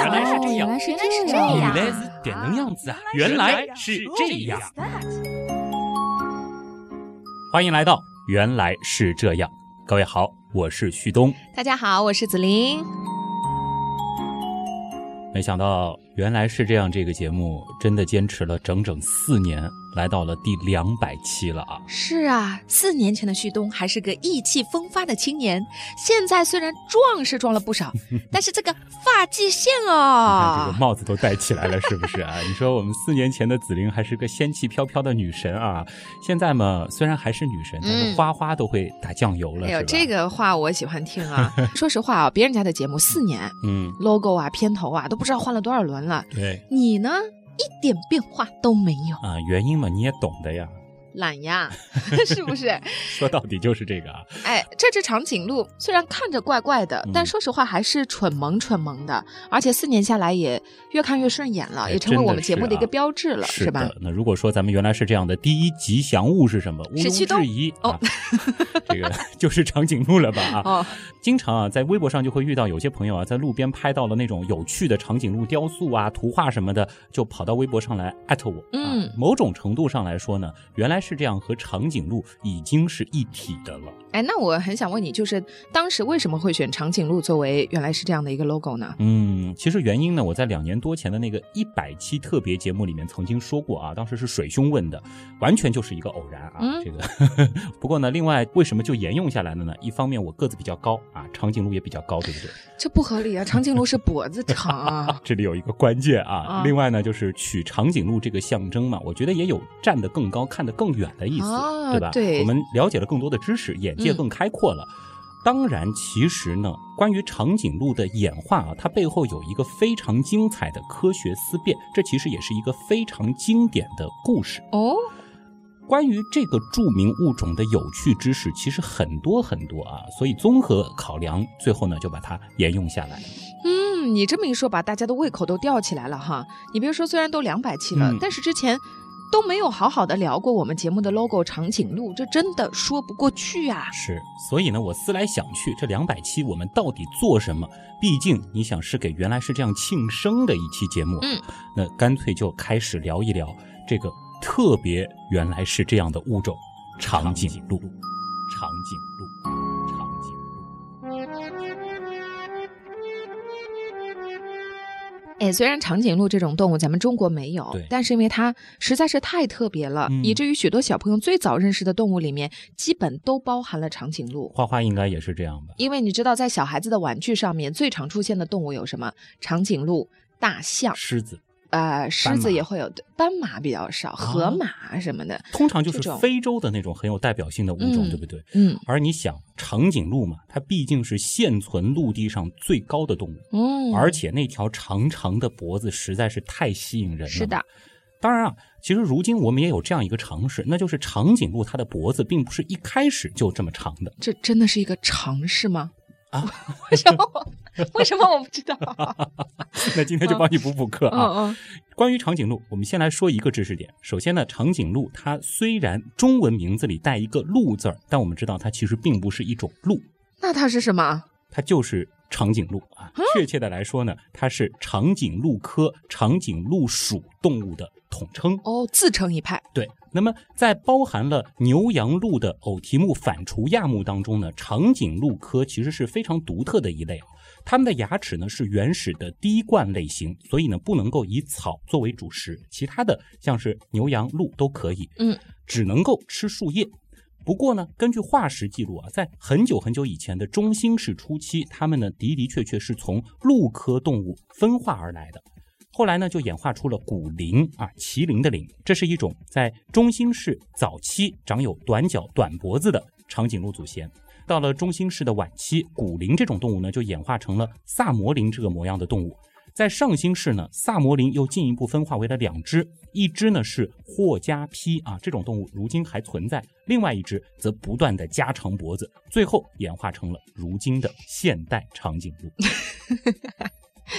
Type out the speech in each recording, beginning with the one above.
原来是这样， 原来是这样， 原来是这样子啊，原来是这样。欢迎来到原来是这样，各位好，我是旭东。 大家好，我是子琳。 没想到原来是这样，这个节目真的坚持了整整4年，来到了第200期了啊！ 是啊，4年前的旭东还是个意气风发的青年，现在虽然壮是壮了不少，但是这个发际线哦， 你看这个帽子都戴起来了，是不是啊？你说我们4年前的子琳还是个仙气飘飘的女神啊，现在嘛，虽然还是女神，但是花花都会打酱油了， 哎呦， 是吧？ 这个话我喜欢听啊。说实话啊，别人家的节目4年，logo 啊、片头啊都不知道换了多少轮了， 对， 你呢一点变化都没有啊。原因嘛，你也懂的呀。 懒呀，是不是？ 说到底就是这个啊！ 哎，这只长颈鹿虽然看着怪怪的，但说实话还是蠢萌的，而且4年下来也越看越顺眼了，也成为我们节目的一个标志了，是吧？ 那如果说咱们原来是这样的，第一吉祥物是什么？毋庸置疑哦， 这个就是长颈鹿了吧？啊， 哦， 经常啊，在微博上就会遇到有些朋友啊，在路边拍到了那种有趣的长颈鹿雕塑啊、图画什么的，就跑到微博上来艾特我。某种程度上来说呢，原来是这样和长颈鹿已经是一体的了。 哎，那我很想问你，就是当时为什么会选长颈鹿作为原来是这样的一个 logo 呢？ 其实原因呢，我在2年多前的那个100期特别节目里面曾经说过啊，当时是水兄问的，完全就是一个偶然啊。这个不过呢，另外为什么就沿用下来了呢？一方面我个子比较高啊，长颈鹿也比较高，对不对？ 这不合理啊，长颈鹿是脖子长啊。 这里有一个关键啊。另外呢，就是取长颈鹿这个象征嘛，我觉得也有站得更高、看得更远的意思，对吧？ 对， 我们了解了更多的知识，眼界更开阔了。当然，其实呢，关于长颈鹿的演化啊，它背后有一个非常精彩的科学思辨，这其实也是一个非常经典的故事哦。 关于这个著名物种的有趣知识，其实很多啊，所以综合考量，最后呢就把它沿用下来。 你这么一说，把大家的胃口都吊起来了哈。你别说，虽然都200期了，但是之前都没有好好的聊过我们节目的 logo 长颈鹿，这真的说不过去啊。 是，所以呢，我思来想去，这200期我们到底做什么？毕竟你想是给原来是这样庆生的一期节目，那干脆就开始聊一聊这个特别原来是这样的物种——长颈鹿。长颈鹿。 哎，虽然长颈鹿这种动物咱们中国没有，但是因为它实在是太特别了，以至于许多小朋友最早认识的动物里面基本都包含了长颈鹿。 花花应该也是这样吧？因为你知道在小孩子的玩具上面最常出现的动物有什么？长颈鹿、大象、 狮子。 狮子也会有，斑马比较少，河马什么的， 通常就是非洲的那种很有代表性的物种，对不对？而你想，长颈鹿嘛，它毕竟是现存陆地上最高的动物，而且那条长长的脖子实在是太吸引人了。 是的。 当然啊，其实如今我们也有这样一个常识，那就是长颈鹿它的脖子并不是一开始就这么长的。 这真的是一个常识吗？ 啊， 为什么我不知道？ 那今天就帮你补课啊。关于长颈鹿，我们先来说一个知识点。首先呢，长颈鹿它虽然中文名字里带一个鹿字，但我们知道它其实并不是一种鹿。 那它是什么？ 它就是长颈鹿啊。确切的来说呢，它是长颈鹿科长颈鹿属动物的统称。 自成一派。 对。那么在包含了牛羊鹿的偶蹄目反刍亚目当中呢，长颈鹿科其实是非常独特的一类啊。它们的牙齿呢是原始的滴冠类型，所以呢不能够以草作为主食，其他的像是牛羊鹿都可以，只能够吃树叶。不过呢，根据化石记录啊，在很久以前的中兴世初期，它们呢的确是从鹿科动物分化而来的。后来呢，就演化出了古羚啊，麒麟的麟，这是一种在中兴世早期长有短脚、短脖子的长颈鹿祖先。到了中兴世的晚期，古羚这种动物呢，就演化成了萨摩羚这个模样的动物。在上兴世呢，萨摩羚又进一步分化为了2只，一只呢是霍加披啊，这种动物如今还存在，另外一只则不断的加长脖子，最后演化成了如今的现代长颈鹿。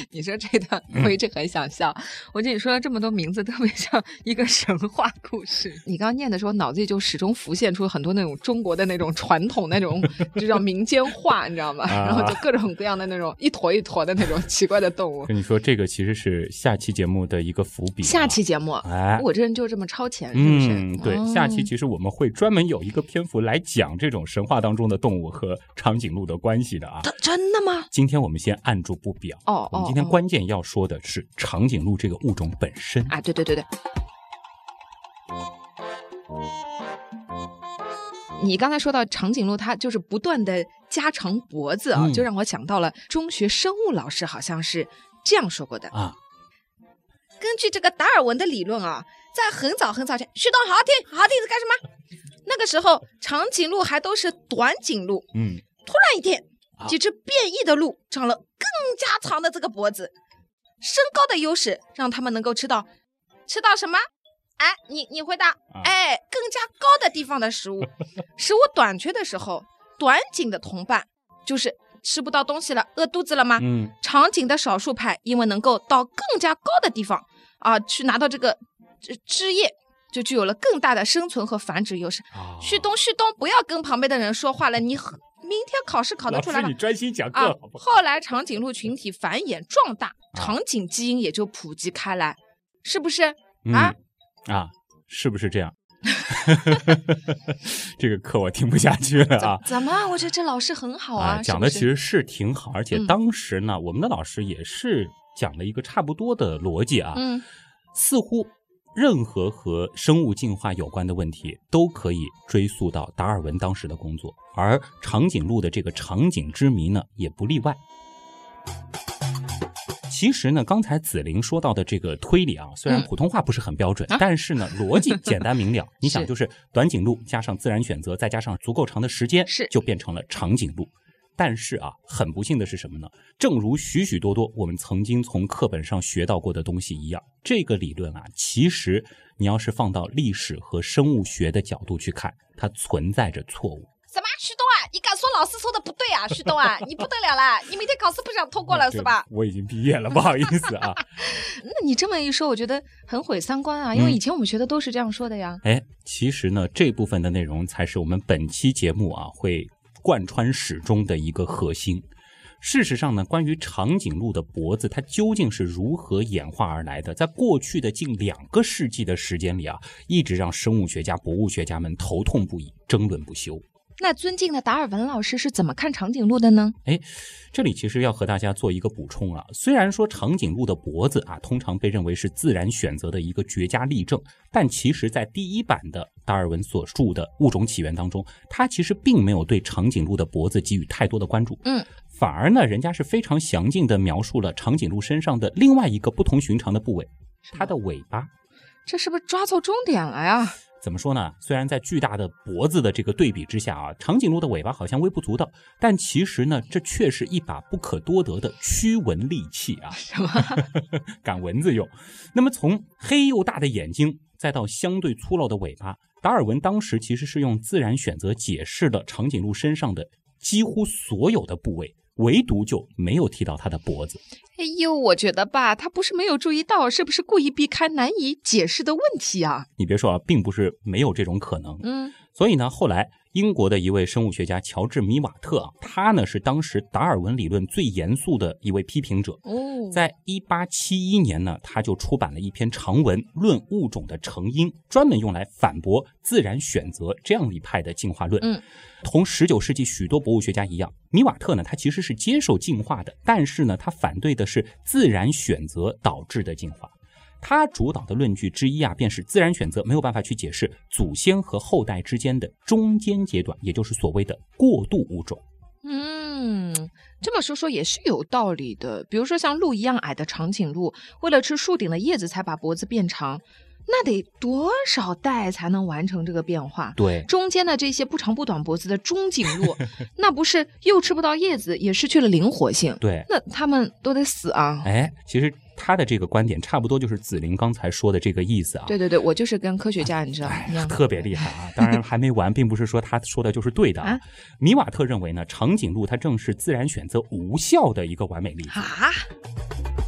你说这段我一直很想笑。我觉得你说了这么多名字，特别像一个神话故事。你刚刚念的时候，脑子里就始终浮现出很多那种中国的那种传统那种就叫民间画，你知道吗？然后就各种各样的那种一坨一坨的那种奇怪的动物。 跟你说，这个其实是下期节目的一个伏笔。 下期节目，我这人就这么超前，是不是？ 对，下期其实我们会专门有一个篇幅来讲这种神话当中的动物和长颈鹿的关系的啊。 真的吗？ 今天我们先按住不表。我们今天关键要说的是长颈鹿这个物种本身啊。对。你刚才说到长颈鹿，它就是不断的加长脖子啊，就让我想到了中学生物老师好像是这样说过的啊。根据这个达尔文的理论啊，在很早很早前，旭东好好听是干什么？那个时候长颈鹿还都是短颈鹿，突然一天，几只变异的鹿长了更加长的这个脖子，身高的优势让他们能够吃到什么？哎，你回答，更加高的地方的食物。食物短缺的时候，短颈的同伴就是吃不到东西了，饿肚子了吗？长颈的少数派因为能够到更加高的地方啊，去拿到这个枝叶，就具有了更大的生存和繁殖优势。旭东，不要跟旁边的人说话了，你明天考试考得出来吗？ 老师，你专心讲课好不好？ 后来长颈鹿群体繁衍壮大，长颈基因也就普及开来，是不是？ 是不是这样？这个课我听不下去了啊！ 怎么？我觉得这老师很好啊， 讲的其实是挺好，而且当时呢，我们的老师也是讲了一个差不多的逻辑啊。似乎任何和生物进化有关的问题都可以追溯到达尔文当时的工作，而长颈鹿的这个长颈之谜呢，也不例外。其实呢，刚才子玲说到的这个推理啊，虽然普通话不是很标准，但是呢，逻辑简单明了。你想，就是短颈鹿加上自然选择，再加上足够长的时间，就变成了长颈鹿。但是啊，很不幸的是什么呢？正如许许多多我们曾经从课本上学到过的东西一样，这个理论啊，其实你要是放到历史和生物学的角度去看，它存在着错误。 什么？旭东啊，你敢说老师说的不对啊？旭东啊，你不得了了，你明天考试不想通过了是吧？ 我已经毕业了，不好意思啊。 那你这么一说，我觉得很毁三观啊，因为以前我们学的都是这样说的呀。 其实呢，这部分的内容才是我们本期节目啊会贯穿始终的一个核心。事实上呢，关于长颈鹿的脖子它究竟是如何演化而来的，在过去的近2个世纪的时间里啊，一直让生物学家、博物学家们头痛不已，争论不休。 那尊敬的达尔文老师是怎么看长颈鹿的呢？ 这里其实要和大家做一个补充啊。虽然说长颈鹿的脖子啊，通常被认为是自然选择的一个绝佳例证，但其实在第1版的达尔文所著的《物种起源》当中，他其实并没有对长颈鹿的脖子给予太多的关注。反而呢，人家是非常详尽地描述了长颈鹿身上的另外一个不同寻常的部位，它的尾巴。 这是不是抓错重点了呀？ 怎么说呢？虽然在巨大的脖子的这个对比之下啊，长颈鹿的尾巴好像微不足道，但其实呢，这却是一把不可多得的驱蚊利器啊！ 什么？ 赶蚊子用。那么从黑又大的眼睛，再到相对粗陋的尾巴，达尔文当时其实是用自然选择解释了长颈鹿身上的几乎所有的部位，唯独就没有提到它的脖子。 我觉得吧，他不是没有注意到，是不是故意避开难以解释的问题啊？ 你别说啊，并不是没有这种可能。所以呢，后来英国的一位生物学家乔治·米瓦特啊，他呢是当时达尔文理论最严肃的一位批评者。在1871年呢，他就出版了一篇长文《论物种的成因》，专门用来反驳自然选择这样一派的进化论。同19世纪许多博物学家一样，米瓦特呢，他其实是接受进化的，但是呢，他反对的是自然选择导致的进化。他主导的论据之一啊，便是自然选择没有办法去解释祖先和后代之间的中间阶段，也就是所谓的过渡物种。 这么说也是有道理的。比如说像鹿一样矮的长颈鹿，为了吃树顶的叶子才把脖子变长，那得多少代才能完成这个变化？ 对， 中间的这些不长不短脖子的中颈鹿，那不是又吃不到叶子，也失去了灵活性。 对， 那他们都得死啊！ 其实他的这个观点差不多就是子玲刚才说的这个意思啊。 对，我就是跟科学家你知道一样， 特别厉害啊！当然还没完，并不是说他说的就是对的啊。米瓦特认为呢，长颈鹿它正是自然选择无效的一个完美例子。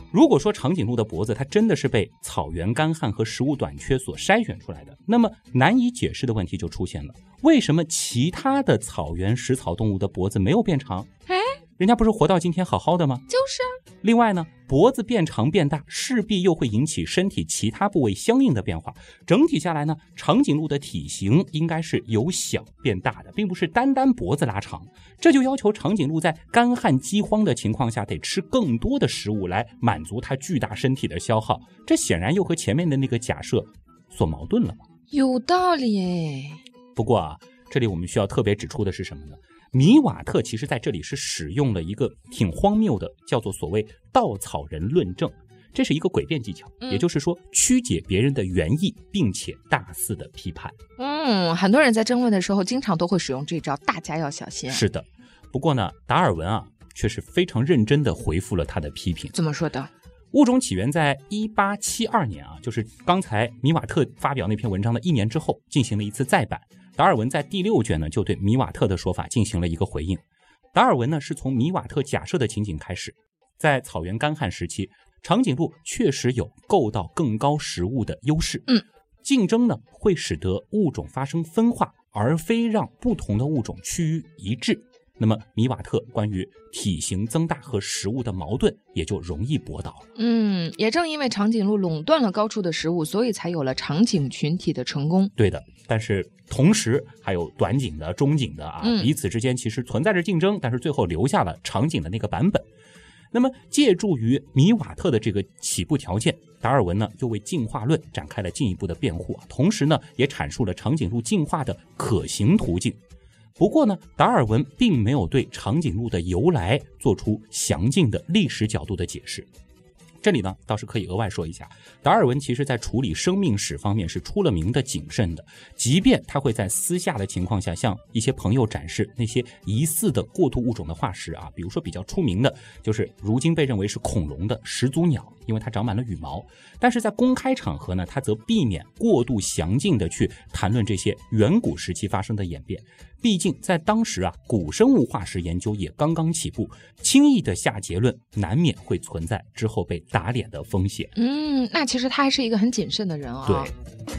如果说长颈鹿的脖子它真的是被草原干旱和食物短缺所筛选出来的，那么难以解释的问题就出现了，为什么其他的草原食草动物的脖子没有变长？人家不是活到今天好好的吗？ 就是啊。 另外呢，脖子变长变大势必又会引起身体其他部位相应的变化，整体下来呢，长颈鹿的体型应该是由小变大的，并不是单单脖子拉长。这就要求长颈鹿在干旱饥荒的情况下得吃更多的食物来满足它巨大身体的消耗，这显然又和前面的那个假设所矛盾了吧？ 有道理诶。 不过啊，这里我们需要特别指出的是什么呢？米瓦特其实在这里是使用了一个挺荒谬的，叫做所谓稻草人论证，这是一个诡辩技巧，也就是说曲解别人的原意，并且大肆的批判。 很多人在争论的时候经常都会使用这招，大家要小心。 是的，不过呢，达尔文啊却是非常认真的回复了他的批评。 怎么说的？ 物种起源在1872年啊，就是刚才米瓦特发表那篇文章的1年之后进行了一次再版。达尔文在第6卷呢，就对米瓦特的说法进行了一个回应。达尔文呢，是从米瓦特假设的情景开始，在草原干旱时期，长颈鹿确实有够到更高食物的优势。竞争呢，会使得物种发生分化，而非让不同的物种趋于一致。那么米瓦特关于体型增大和食物的矛盾也就容易驳倒了。 也正因为长颈鹿垄断了高处的食物，所以才有了长颈群体的成功。 对的，但是同时还有短颈的、中颈的啊，彼此之间其实存在着竞争，但是最后留下了长颈的那个版本。那么借助于米瓦特的这个起步条件，达尔文呢又为进化论展开了进一步的辩护，同时呢也阐述了长颈鹿进化的可行途径。不过呢，达尔文并没有对长颈鹿的由来做出详尽的历史角度的解释。这里呢倒是可以额外说一下，达尔文其实在处理生命史方面是出了名的谨慎的，即便他会在私下的情况下向一些朋友展示那些疑似的过渡物种的化石啊，比如说比较出名的就是如今被认为是恐龙的始祖鸟，因为它长满了羽毛，但是在公开场合呢，他则避免过度详尽的去谈论这些远古时期发生的演变。毕竟在当时啊，古生物化石研究也刚刚起步，轻易的下结论难免会存在之后被打脸的风险。 那其实他还是一个很谨慎的人啊。 对。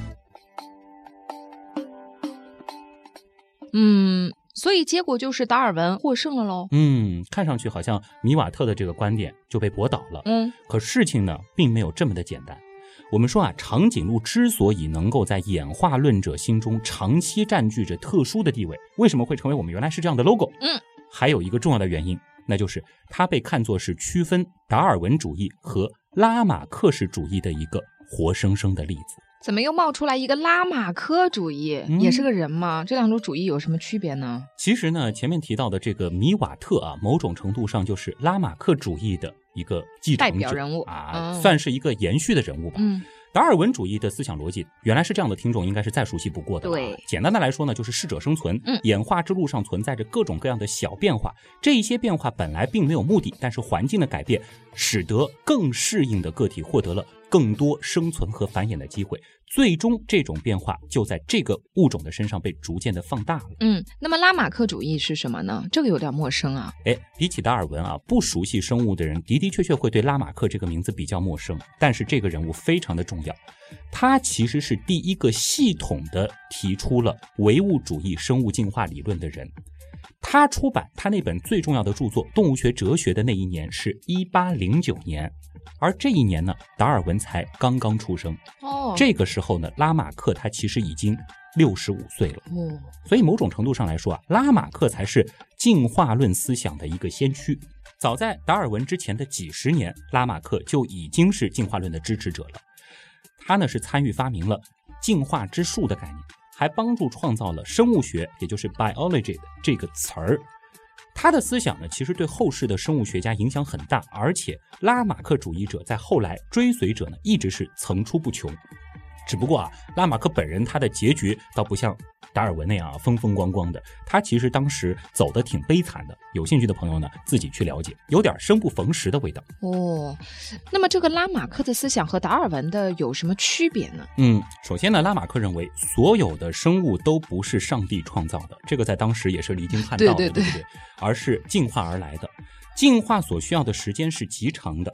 所以结果就是达尔文获胜了咯。 看上去好像米瓦特的这个观点就被驳倒了。可事情呢并没有这么的简单。我们说啊，长颈鹿之所以能够在演化论者心中长期占据着特殊的地位，为什么会成为我们原来是这样的 logo？还有一个重要的原因，那就是它被看作是区分达尔文主义和拉马克式主义的一个活生生的例子。 怎么又冒出来一个拉马克主义？也是个人吗？这两种主义有什么区别呢？ 其实呢，前面提到的这个米瓦特啊，某种程度上就是拉马克主义的一个继承者， 代表人物啊，算是一个延续的人物吧。达尔文主义的思想逻辑原来是这样的，听众应该是再熟悉不过的。 对， 简单的来说呢，就是适者生存。演化之路上存在着各种各样的小变化，这一些变化本来并没有目的，但是环境的改变使得更适应的个体获得了更多生存和繁衍的机会，最终这种变化就在这个物种的身上被逐渐的放大了。 那么拉马克主义是什么呢？这个有点陌生啊。 比起达尔文啊，不熟悉生物的人的确会对拉马克这个名字比较陌生，但是这个人物非常的重要，他其实是第一个系统的提出了唯物主义生物进化理论的人。他出版他那本最重要的著作《动物学哲学》的那一年是1809年，而这一年呢，达尔文才刚刚出生。这个时候呢，拉马克他其实已经65岁了。所以某种程度上来说啊，拉马克才是进化论思想的一个先驱。早在达尔文之前的几十年，拉马克就已经是进化论的支持者了。他呢是参与发明了进化之树的概念，还帮助创造了生物学，也就是 biology 的这个词儿。他的思想呢，其实对后世的生物学家影响很大，而且拉马克主义者在后来追随者呢，一直是层出不穷。只不过啊，拉马克本人他的结局倒不像达尔文那样风风光光的，他其实当时走得挺悲惨的。有兴趣的朋友呢，自己去了解，有点生不逢时的味道。 那么这个拉马克的思想和达尔文的有什么区别呢？ 首先呢，拉马克认为所有的生物都不是上帝创造的，这个在当时也是离经叛道的，对不对？而是进化而来的。进化所需要的时间是极长的，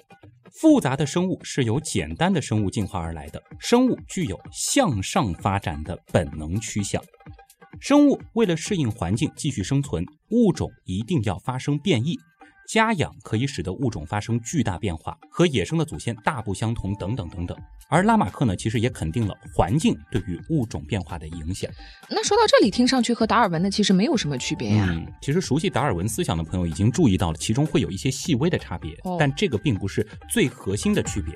复杂的生物是由简单的生物进化而来的，生物具有向上发展的本能趋向。生物为了适应环境继续生存，物种一定要发生变异。家养可以使得物种发生巨大变化，和野生的祖先大不相同等等等等。而拉马克呢，其实也肯定了环境对于物种变化的影响。 那说到这里，听上去和达尔文的其实没有什么区别呀。 其实熟悉达尔文思想的朋友已经注意到了，其中会有一些细微的差别，但这个并不是最核心的区别。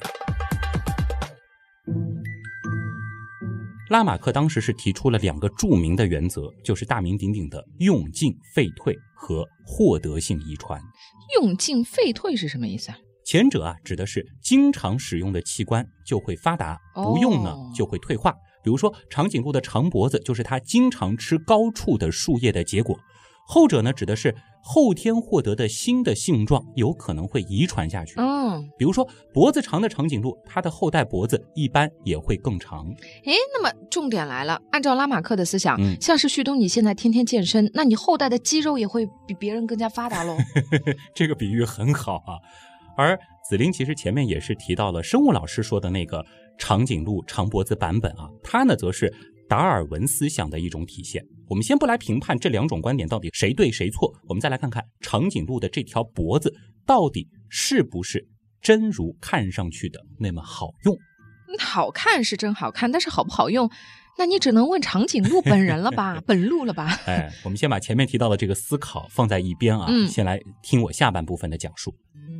拉马克当时是提出了2个著名的原则，就是大名鼎鼎的用进废退和获得性遗传。 用进废退是什么意思啊？ 前者指的是经常使用的器官就会发达，不用呢就会退化。比如说长颈鹿的长脖子就是它经常吃高处的树叶的结果。后者呢，指的是后天获得的新的性状有可能会遗传下去。比如说脖子长的长颈鹿，它的后代脖子一般也会更长。 那么重点来了，按照拉马克的思想，像是旭东你现在天天健身，那你后代的肌肉也会比别人更加发达咯。 这个比喻很好啊。而子菱其实前面也是提到了生物老师说的那个长颈鹿长脖子版本啊，它呢则是达尔文思想的一种体现。我们先不来评判这2种观点到底谁对谁错，我们再来看看长颈鹿的这条脖子到底是不是真如看上去的那么好用。 好看是真好看，但是好不好用，那你只能问长颈鹿本人了吧。本鹿了吧。 我们先把前面提到的这个思考放在一边啊，先来听我下半部分的讲述。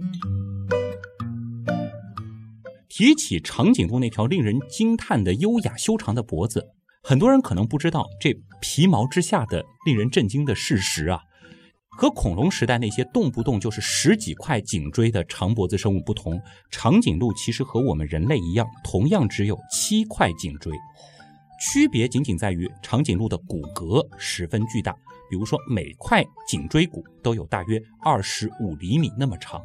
提起长颈鹿那条令人惊叹的优雅修长的脖子，很多人可能不知道这皮毛之下的令人震惊的事实啊。和恐龙时代那些动不动就是10几块颈椎的长脖子生物不同，长颈鹿其实和我们人类一样，同样只有7块颈椎。区别仅仅在于长颈鹿的骨骼十分巨大，比如说每块颈椎骨都有大约25厘米那么长。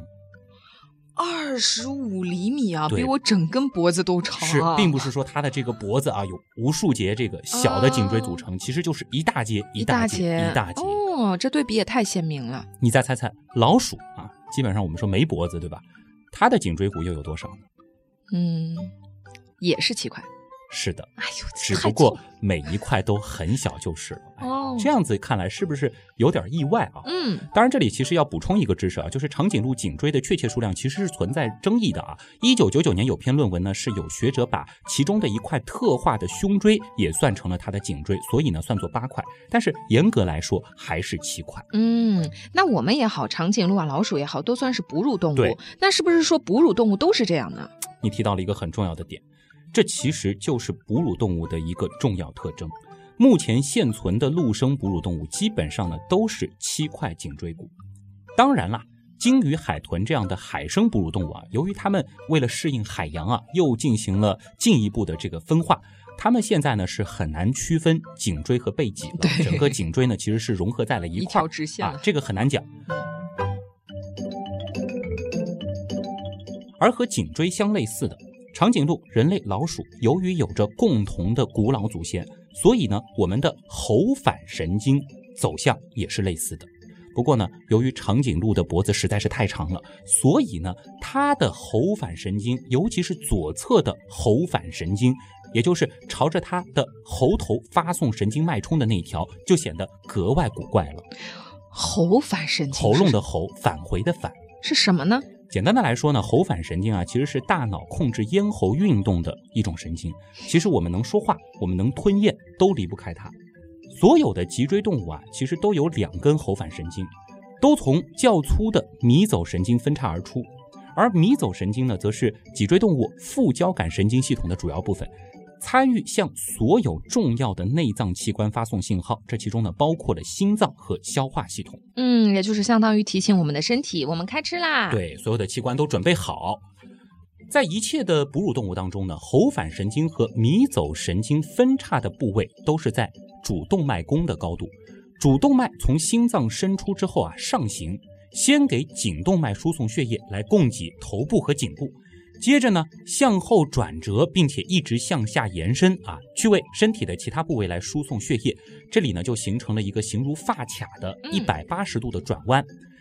25厘米啊，比我整根脖子都长。 是，并不是说它的这个脖子啊有无数节这个小的颈椎组成，其实就是一大节一大节一大节。 这对比也太鲜明了。 你再猜猜，老鼠啊，基本上我们说没脖子对吧？它的颈椎骨又有多少呢？ 也是7块。 是的，只不过每一块都很小就是了。这样子看来是不是有点意外啊？当然这里其实要补充一个知识啊，就是长颈鹿颈椎的确切数量其实是存在争议的啊。1999年有篇论文呢，是有学者把其中的一块特化的胸椎也算成了它的颈椎，所以呢算作8块，但是严格来说还是7块。 那我们也好，长颈鹿啊、老鼠也好，都算是哺乳动物。 对， 那是不是说哺乳动物都是这样呢？ 你提到了一个很重要的点，这其实就是哺乳动物的一个重要特征。目前现存的陆生哺乳动物基本上呢都是7块颈椎骨。当然啦，鲸鱼、海豚这样的海生哺乳动物啊，由于它们为了适应海洋啊，又进行了进一步的这个分化，它们现在呢是很难区分颈椎和背脊的，整个颈椎呢其实是融合在了一块， 一条直线啊，这个很难讲。而和颈椎相类似的长颈鹿、人类、老鼠，由于有着共同的古老祖先，所以呢，我们的喉返神经走向也是类似的。不过呢，由于长颈鹿的脖子实在是太长了，所以呢，它的喉返神经，尤其是左侧的喉返神经，也就是朝着它的喉头发送神经脉冲的那一条，就显得格外古怪了。 喉返神经， 喉咙的喉，返回的返， 是什么呢？ 简单的来说呢，喉返神经啊，其实是大脑控制咽喉运动的一种神经。其实我们能说话，我们能吞咽，都离不开它。所有的脊椎动物啊，其实都有2根喉返神经，都从较粗的迷走神经分叉而出。而迷走神经呢，则是脊椎动物副交感神经系统的主要部分，参与向所有重要的内脏器官发送信号，这其中呢包括了心脏和消化系统。 也就是相当于提醒我们的身体，我们开吃啦。 对，所有的器官都准备好。在一切的哺乳动物当中呢，喉返神经和迷走神经分叉的部位都是在主动脉弓的高度。主动脉从心脏伸出之后啊，上行，先给颈动脉输送血液来供给头部和颈部。接着呢，向后转折，并且一直向下延伸啊，去为身体的其他部位来输送血液。这里呢，就形成了一个形如发卡的180度的转弯。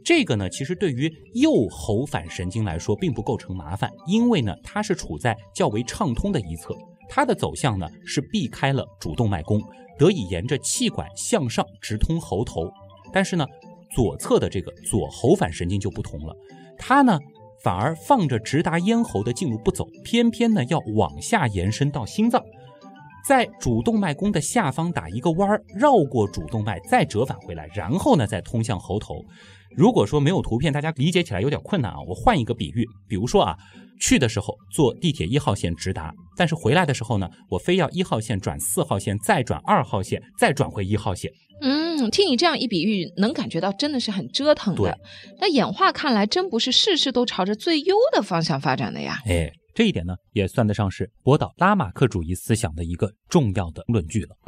这个呢，其实对于右喉返神经来说并不构成麻烦，因为呢，它是处在较为畅通的一侧，它的走向呢是避开了主动脉弓，得以沿着气管向上直通喉头。但是呢，左侧的这个左喉返神经就不同了，它呢反而放着直达咽喉的径路不走，偏偏呢要往下延伸到心脏，在主动脉弓的下方打一个弯，绕过主动脉再折返回来，然后呢再通向喉头。如果说没有图片，大家理解起来有点困难啊。我换一个比喻，比如说啊，去的时候坐地铁1号线直达，但是回来的时候呢，我非要1号线转4号线，再转2号线，再转回1号线。 听你这样一比喻，能感觉到真的是很折腾的。那演化看来真不是事事都朝着最优的方向发展的呀。 这一点呢，也算得上是博导拉马克主义思想的一个重要的论据了。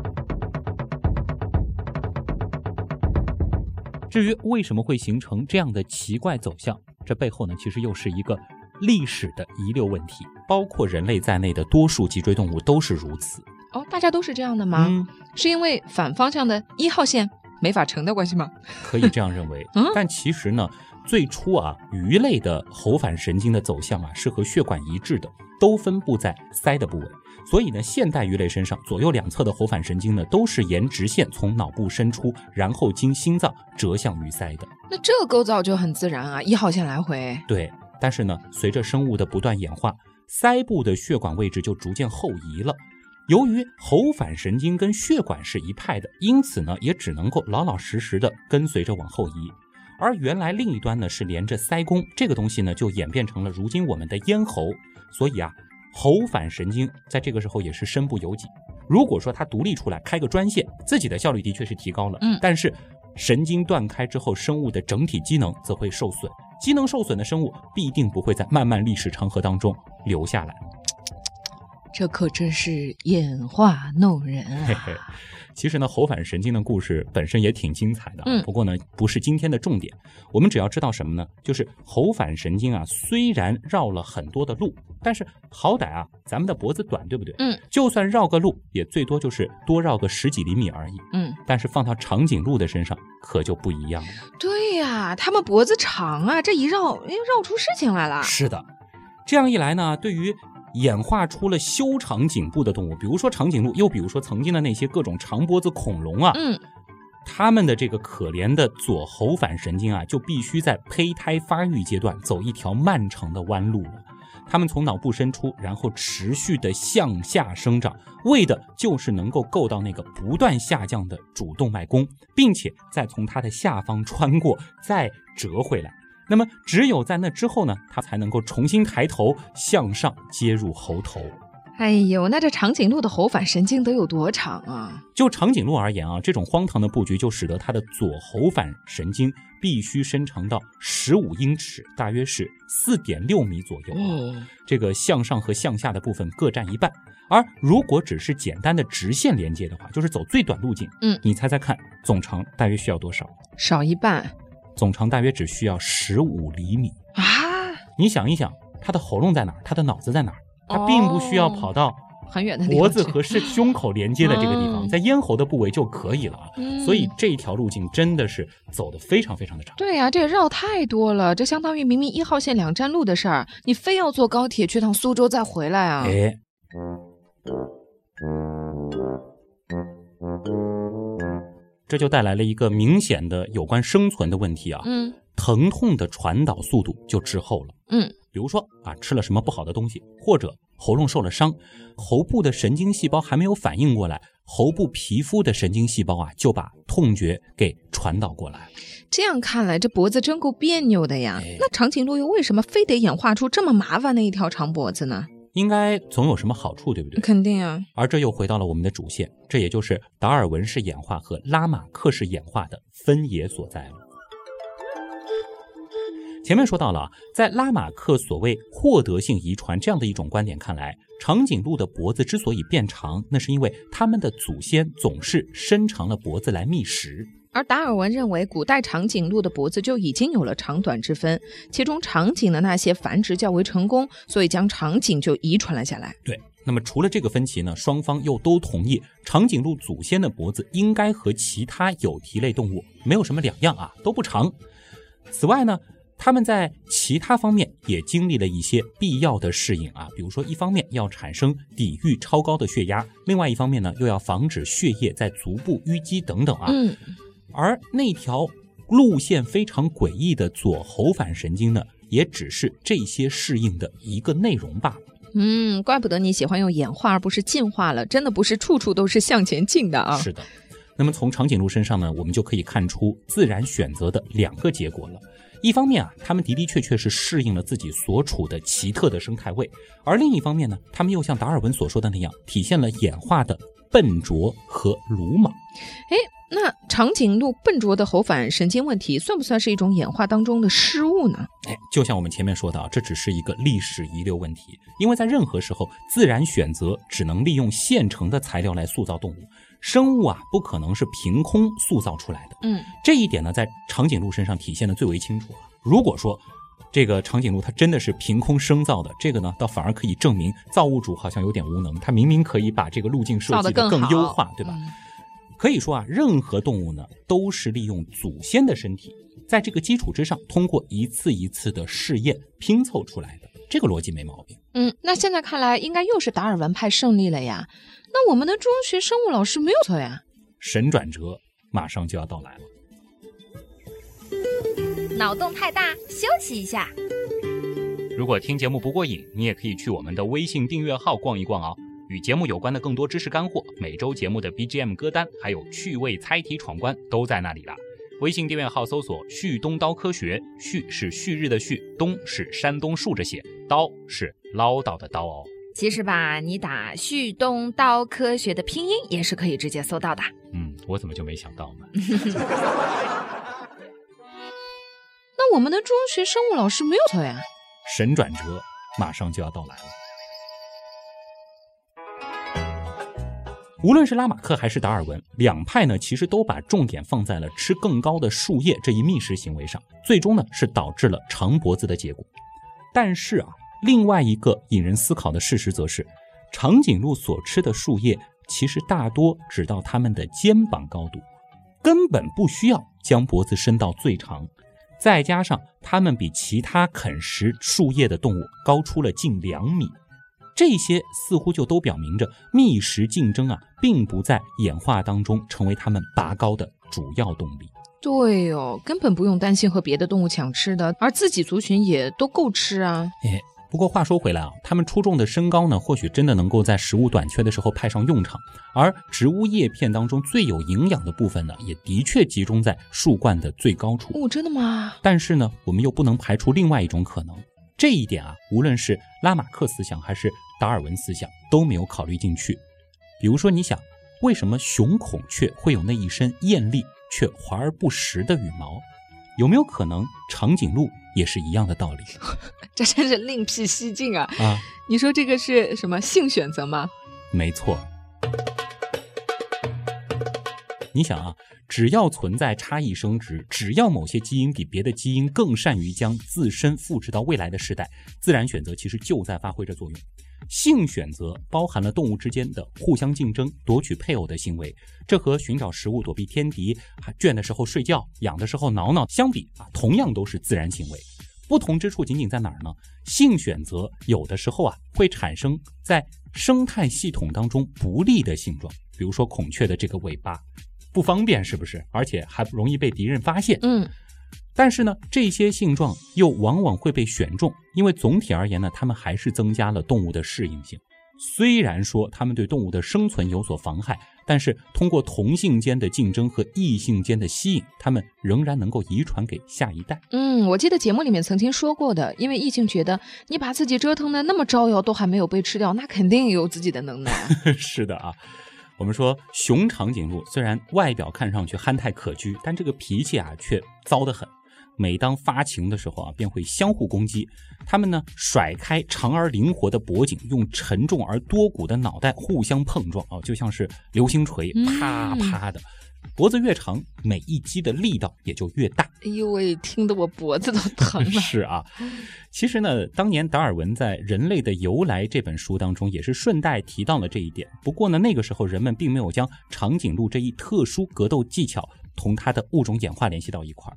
至于为什么会形成这样的奇怪走向，这背后呢，其实又是一个历史的遗留问题，包括人类在内的多数脊椎动物都是如此。 大家都是这样的吗？是因为反方向的1号线没法成的关系吗？ 可以这样认为。但其实呢，最初啊，鱼类的喉返神经的走向啊，是和血管一致的，都分布在鳃的部位。所以呢，现代鱼类身上左右两侧的喉返神经呢，都是沿直线从脑部伸出，然后经心脏折向鱼鳃的。 那这个构造就很自然啊，1号线来回。 对，但是呢，随着生物的不断演化，鳃部的血管位置就逐渐后移了。由于喉返神经跟血管是一派的，因此呢，也只能够老老实实的跟随着往后移。而原来另一端呢是连着鳃弓，这个东西呢就演变成了如今我们的咽喉。所以啊，喉返神经在这个时候也是身不由己。如果说它独立出来开个专线，自己的效率的确是提高了，但是神经断开之后，生物的整体机能则会受损。机能受损的生物必定不会在漫漫历史长河当中留下来。 这可真是眼花弄人啊！ 其实呢，喉返神经的故事本身也挺精彩的，不过呢，不是今天的重点。我们只要知道什么呢？就是喉返神经啊，虽然绕了很多的路，但是好歹啊，咱们的脖子短，对不对？就算绕个路，也最多就是多绕个10几厘米而已。但是放到长颈鹿的身上，可就不一样了。 对呀，它们脖子长啊，这一绕，绕出事情来了。 是的，这样一来呢，对于演化出了修长颈部的动物，比如说长颈鹿，又比如说曾经的那些各种长脖子恐龙啊，它们的这个可怜的左喉返神经啊，就必须在胚胎发育阶段走一条漫长的弯路了。它们从脑部伸出，然后持续的向下生长，为的就是能够够到那个不断下降的主动脉弓，并且再从它的下方穿过，再折回来。那么只有在那之后呢，它才能够重新抬头向上接入喉头。 哎呦，那这长颈鹿的喉返神经得有多长啊？ 就长颈鹿而言啊，这种荒唐的布局就使得它的左喉返神经必须伸长到15英尺，大约是4.6米左右。这个向上和向下的部分各占一半。而如果只是简单的直线连接的话，就是走最短路径，你猜猜看，总长大约需要多少？ 少一半。 总长大约只需要15厘米啊！ 你想一想，他的喉咙在哪儿？他的脑子在哪儿？他并不需要跑到很远的地方， 脖子和胸口连接的这个地方，在咽喉的部位就可以了啊。所以这一条路径真的是走得非常非常的长。 对呀，这绕太多了，这相当于明明1号线2站路的事儿，你非要坐高铁去趟苏州再回来啊！ 这就带来了一个明显的有关生存的问题啊。疼痛的传导速度就滞后了。比如说啊，吃了什么不好的东西，或者喉咙受了伤，喉部的神经细胞还没有反应过来，喉部皮肤的神经细胞啊就把痛觉给传导过来。 这样看来，这脖子真够别扭的呀。那长颈鹿又为什么非得演化出这么麻烦的一条长脖子呢？ 应该总有什么好处，对不对？ 肯定啊。 而这又回到了我们的主线，这也就是达尔文式演化和拉马克式演化的分野所在了。前面说到了，在拉马克所谓获得性遗传这样的一种观点看来，长颈鹿的脖子之所以变长，那是因为它们的祖先总是伸长了脖子来觅食。 而达尔文认为，古代长颈鹿的脖子就已经有了长短之分，其中长颈的那些繁殖较为成功，所以将长颈就遗传了下来。 对，那么除了这个分歧呢，双方又都同意长颈鹿祖先的脖子应该和其他有蹄类动物没有什么两样啊，都不长。 此外呢，他们在其他方面也经历了一些必要的适应啊，比如说一方面要产生抵御超高的血压，另外一方面呢又要防止血液在足部淤积等等啊。而那条路线非常诡异的左喉返神经呢，也只是这些适应的一个内容罢了。 怪不得你喜欢用演化而不是进化了，真的不是处处都是向前进的啊。 是的。那么从长颈鹿身上呢，我们就可以看出自然选择的2个结果了。一方面啊，他们的确是适应了自己所处的奇特的生态位，而另一方面呢，他们又像达尔文所说的那样，体现了演化的笨拙和鲁莽。 那长颈鹿笨拙的喉返神经问题算不算是一种演化当中的失误呢？ 就像我们前面说的，这只是一个历史遗留问题，因为在任何时候，自然选择只能利用现成的材料来塑造动物，生物啊不可能是凭空塑造出来的。这一点呢，在长颈鹿身上体现的最为清楚。如果说这个长颈鹿它真的是凭空生造的，这个呢倒反而可以证明造物主好像有点无能，他明明可以把这个路径设计得更优化，对吧？可以说啊，任何动物呢都是利用祖先的身体，在这个基础之上，通过一次一次的试验拼凑出来的，这个逻辑没毛病。 那现在看来应该又是达尔文派胜利了呀。那我们的中学生物老师没有错呀。 神转折马上就要到来了。 脑洞太大，休息一下。 如果听节目不过瘾，你也可以去我们的微信订阅号逛一逛哦。与节目有关的更多知识干货，每周节目的 BGM 歌单，还有趣味猜题闯关都在那里了。微信订阅号搜索旭东刀科学，旭是旭日的旭，东是山东竖着写，刀是唠叨的刀哦。 其实吧，你打旭东刀科学的拼音也是可以直接搜到的。 我怎么就没想到呢？ 那我们的中学生物老师没有错呀。 神转折马上就要到来了。无论是拉马克还是达尔文，两派呢其实都把重点放在了吃更高的树叶这一觅食行为上，最终呢是导致了长脖子的结果。但是啊，另外一个引人思考的事实则是，长颈鹿所吃的树叶其实大多只到它们的肩膀高度，根本不需要将脖子伸到最长。再加上它们比其他啃食树叶的动物高出了近2米，这些似乎就都表明着觅食竞争啊，并不在演化当中成为它们拔高的主要动力。 对哦，根本不用担心和别的动物抢吃的，而自己族群也都够吃啊。 不过话说回来啊，它们出众的身高呢，或许真的能够在食物短缺的时候派上用场，而植物叶片当中最有营养的部分呢，也的确集中在树冠的最高处。 真的吗？ 但是呢，我们又不能排除另外一种可能，这一点啊，无论是拉马克思想还是达尔文思想都没有考虑进去。比如说，你想，为什么雄孔雀会有那一身艳丽却华而不实的羽毛？有没有可能长颈鹿也是一样的道理？ 这真是另辟蹊径啊！ 你说这个是什么性选择吗？ 没错。你想啊，只要存在差异生殖，只要某些基因比别的基因更善于将自身复制到未来的世代，自然选择其实就在发挥着作用。性选择包含了动物之间的互相竞争、夺取配偶的行为，这和寻找食物、躲避天敌、倦的时候睡觉、痒的时候挠挠相比同样都是自然行为。不同之处仅仅在哪儿呢？性选择有的时候会产生在生态系统当中不利的性状，比如说孔雀的这个尾巴不方便，是不是？而且还容易被敌人发现。但是呢，这些性状又往往会被选中，因为总体而言呢，它们还是增加了动物的适应性。虽然说它们对动物的生存有所妨害，但是通过同性间的竞争和异性间的吸引，它们仍然能够遗传给下一代。 我记得节目里面曾经说过的，因为异性觉得你把自己折腾的那么招摇，都还没有被吃掉，那肯定有自己的能耐。 是的啊。我们说雄长颈鹿虽然外表看上去憨态可掬，但这个脾气却糟得很。每当发情的时候便会相互攻击。它们呢甩开长而灵活的脖颈，用沉重而多骨的脑袋互相碰撞就像是流星锤，啪啪的。脖子越长，每一击的力道也就越大。 哎呦喂，听得我脖子都疼了。 是啊，其实呢，当年达尔文在《人类的由来》这本书当中也是顺带提到了这一点。不过呢，那个时候人们并没有将长颈鹿这一特殊格斗技巧同它的物种演化联系到一块儿。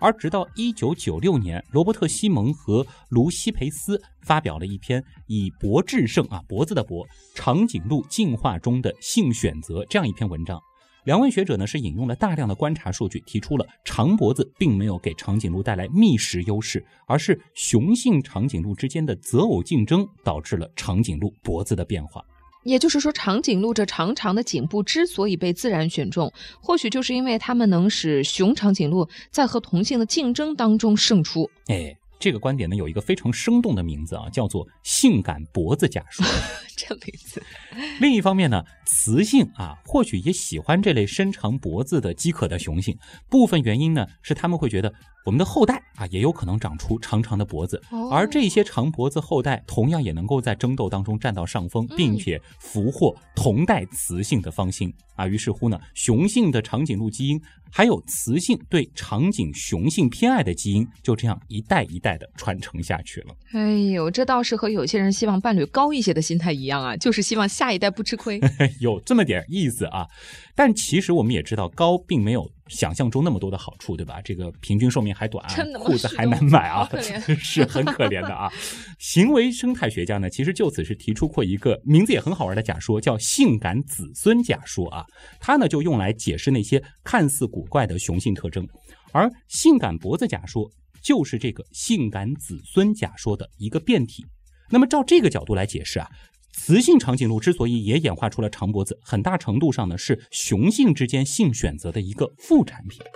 而直到1996年，罗伯特·西蒙和卢西培斯发表了一篇以脖制胜脖子的脖，长颈鹿进化中的性选择这样一篇文章。两位学者呢是引用了大量的观察数据，提出了长脖子并没有给长颈鹿带来觅食优势，而是雄性长颈鹿之间的择偶竞争导致了长颈鹿脖子的变化。 也就是说，长颈鹿这长长的颈部之所以被自然选中，或许就是因为它们能使雄长颈鹿在和同性的竞争当中胜出。 这个观点呢有一个非常生动的名字叫做性感脖子假说。 这名字。 另一方面呢，雌性或许也喜欢这类伸长脖子的饥渴的雄性，部分原因呢是他们会觉得我们的后代也有可能长出长长的脖子，而这些长脖子后代同样也能够在争斗当中占到上风，并且俘获同代雌性的芳心于是乎呢，雄性的长颈鹿基因还有雌性对长颈雄性偏爱的基因就这样一代一代的传承下去了。 哎呦，这倒是和有些人希望伴侣高一些的心态一样就是希望下一代不吃亏。 有这么点意思但其实我们也知道高并没有想象中那么多的好处，对吧？这个平均寿命还短裤子还难买是很可怜的行为生态学家呢，其实就此是提出过一个名字也很好玩的假说，叫性感子孙假说它呢就用来解释那些看似古怪的雄性特征，而性感脖子假说就是这个性感子孙假说的一个变体。那么照这个角度来解释雌性长颈鹿之所以也演化出了长脖子，很大程度上呢是雄性之间性选择的一个副产品。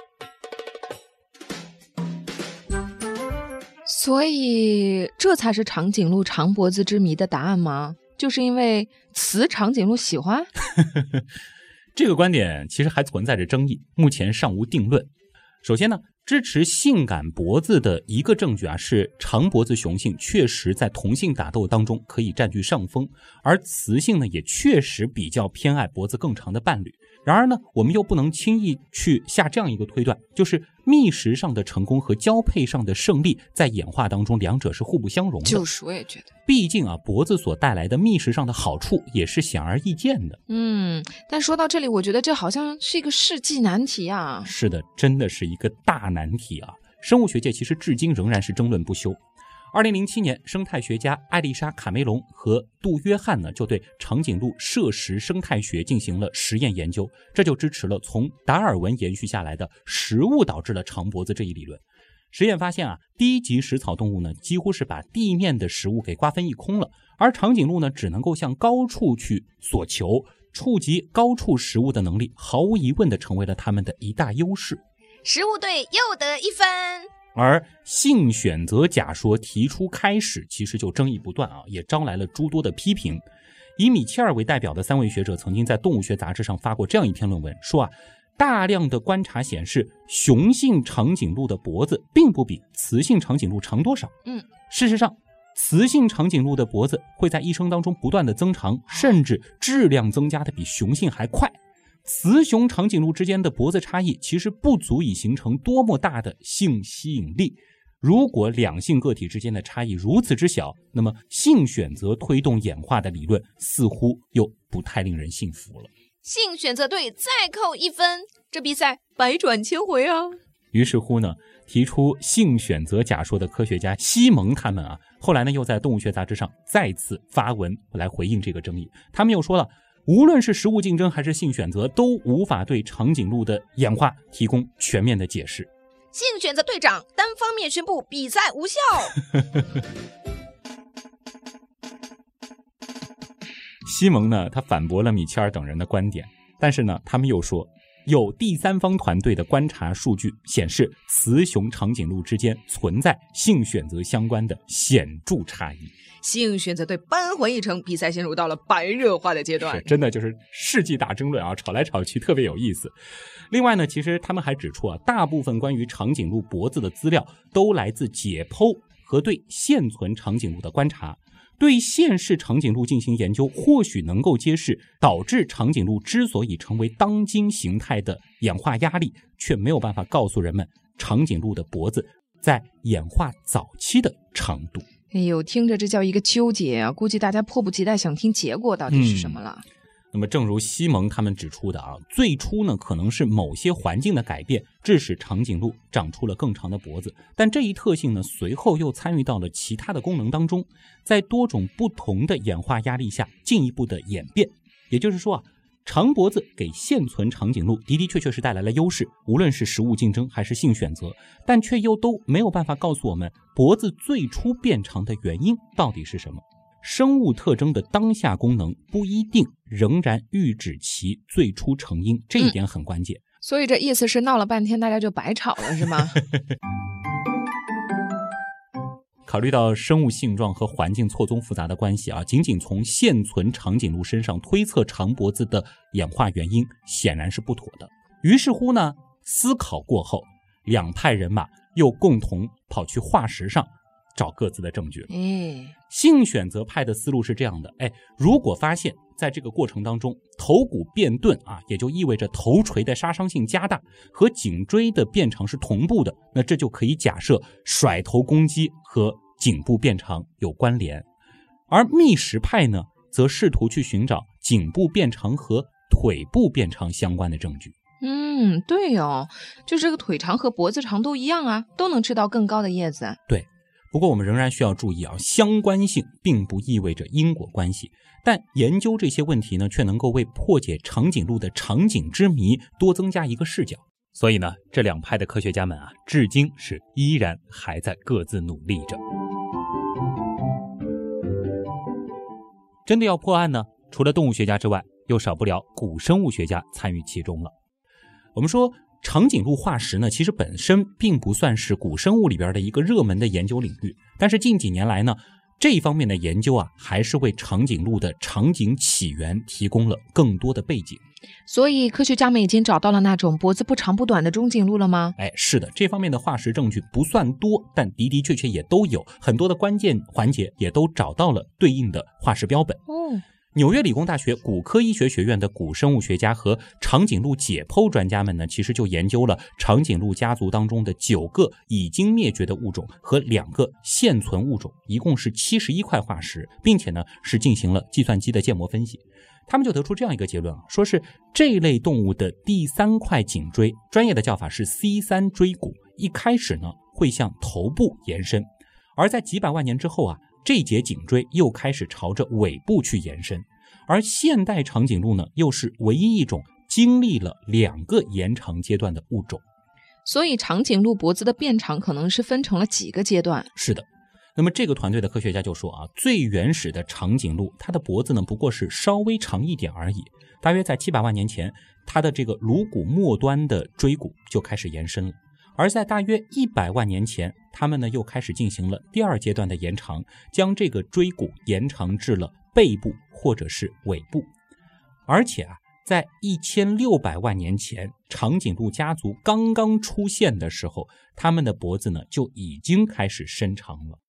所以这才是长颈鹿长脖子之谜的答案吗？就是因为雌长颈鹿喜欢？ 这个观点其实还存在着争议，目前尚无定论。首先呢，支持性感脖子的一个证据是长脖子雄性确实在同性打斗当中可以占据上风，而雌性呢也确实比较偏爱脖子更长的伴侣。然而呢，我们又不能轻易去下这样一个推断，就是觅食上的成功和交配上的胜利在演化当中两者是互不相容的。 就是我也觉得， 毕竟脖子所带来的觅食上的好处也是显而易见的。 但说到这里，我觉得这好像是一个世纪难题是的，真的是一个大难题生物学界其实至今仍然是争论不休。2007年，生态学家艾丽莎·卡梅隆和杜约翰呢就对长颈鹿摄食生态学进行了实验研究，这就支持了从达尔文延续下来的食物导致了长脖子这一理论。实验发现低级食草动物呢几乎是把地面的食物给瓜分一空了，而长颈鹿呢只能够向高处去索求，触及高处食物的能力毫无疑问地成为了他们的一大优势。 食物队又得1分。 而性选择假说提出开始，其实就争议不断也招来了诸多的批评。以米切尔为代表的3位学者曾经在动物学杂志上发过这样一篇论文，说大量的观察显示，雄性长颈鹿的脖子并不比雌性长颈鹿长多少。事实上，雌性长颈鹿的脖子会在一生当中不断的增长，甚至质量增加的比雄性还快。雌雄长颈鹿之间的脖子差异其实不足以形成多么大的性吸引力。如果两性个体之间的差异如此之小，那么性选择推动演化的理论似乎又不太令人信服了。 性选择队再扣1分，这比赛百转千回于是乎呢，提出性选择假说的科学家西蒙他们后来呢又在动物学杂志上再次发文来回应这个争议。他们又说了，无论是食物竞争还是性选择，都无法对长颈鹿的演化提供全面的解释。 性选择队长单方面宣布比赛无效。 西蒙呢，他反驳了米切尔等人的观点，但是呢，他们又说，有第三方团队的观察数据显示，雌雄长颈鹿之间存在性选择相关的显著差异。 性选择队扳回一城，比赛陷入到了白热化的阶段。 真的就是世纪大争论吵来吵去特别有意思。另外呢，其实他们还指出大部分关于长颈鹿脖子的资料都来自解剖和对现存长颈鹿的观察。对现世长颈鹿进行研究，或许能够揭示导致长颈鹿之所以成为当今形态的演化压力，却没有办法告诉人们长颈鹿的脖子在演化早期的长度。 哎呦，听着这叫一个纠结估计大家迫不及待想听结果到底是什么了。 那么正如西蒙他们指出的最初呢可能是某些环境的改变致使长颈鹿长出了更长的脖子，但这一特性呢随后又参与到了其他的功能当中，在多种不同的演化压力下进一步的演变。也就是说长脖子给现存长颈鹿的确是带来了优势，无论是食物竞争还是性选择，但却又都没有办法告诉我们脖子最初变长的原因到底是什么。生物特征的当下功能不一定仍然预指其最初成因，这一点很关键。 所以这意思是闹了半天大家就白吵了是吗？ 考虑到生物性状和环境错综复杂的关系仅仅从现存长颈鹿身上推测长脖子的演化原因显然是不妥的。于是乎呢，思考过后，两派人马又共同跑去化石上找各自的证据。性选择派的思路是这样的，如果发现在这个过程当中头骨变钝也就意味着头锤的杀伤性加大，和颈椎的变长是同步的，那这就可以假设甩头攻击和颈部变长有关联。而觅食派呢，则试图去寻找颈部变长和腿部变长相关的证据。 对就这个腿长和脖子长都一样都能吃到更高的叶子。 对，不过我们仍然需要注意相关性并不意味着因果关系，但研究这些问题呢，却能够为破解长颈鹿的长颈之谜多增加一个视角。所以呢，这两派的科学家们至今是依然还在各自努力着。真的要破案呢，除了动物学家之外，又少不了古生物学家参与其中了。我们说长颈鹿化石呢，其实本身并不算是古生物里边的一个热门的研究领域，但是近几年来呢，这一方面的研究还是为长颈鹿的长颈起源提供了更多的背景。 所以科学家们已经找到了那种脖子不长不短的中颈鹿了吗？ 是的，这方面的化石证据不算多，但的确也都有很多的关键环节也都找到了对应的化石标本。纽约理工大学骨科医学学院的古生物学家和长颈鹿解剖专家们呢，其实就研究了长颈鹿家族当中的9个已经灭绝的物种和2个现存物种，一共是71块化石，并且呢是进行了计算机的建模分析。他们就得出这样一个结论说是这类动物的第3块颈椎，专业的叫法是 C3 椎骨，一开始呢会向头部延伸，而在几百万年之后这节颈椎又开始朝着尾部去延伸。而现代长颈鹿呢，又是唯一一种经历了2个延长阶段的物种。 所以长颈鹿脖子的变长可能是分成了几个阶段。 是的。那么这个团队的科学家就说最原始的长颈鹿，它的脖子呢不过是稍微长一点而已，大约在700万年前，它的这个颅骨末端的椎骨就开始延伸了。而在大约100万年前，他们呢又开始进行了第2阶段的延长，将这个椎骨延长至了背部或者是尾部。而且在1600万年前，长颈鹿家族刚刚出现的时候，他们的脖子呢就已经开始伸长了。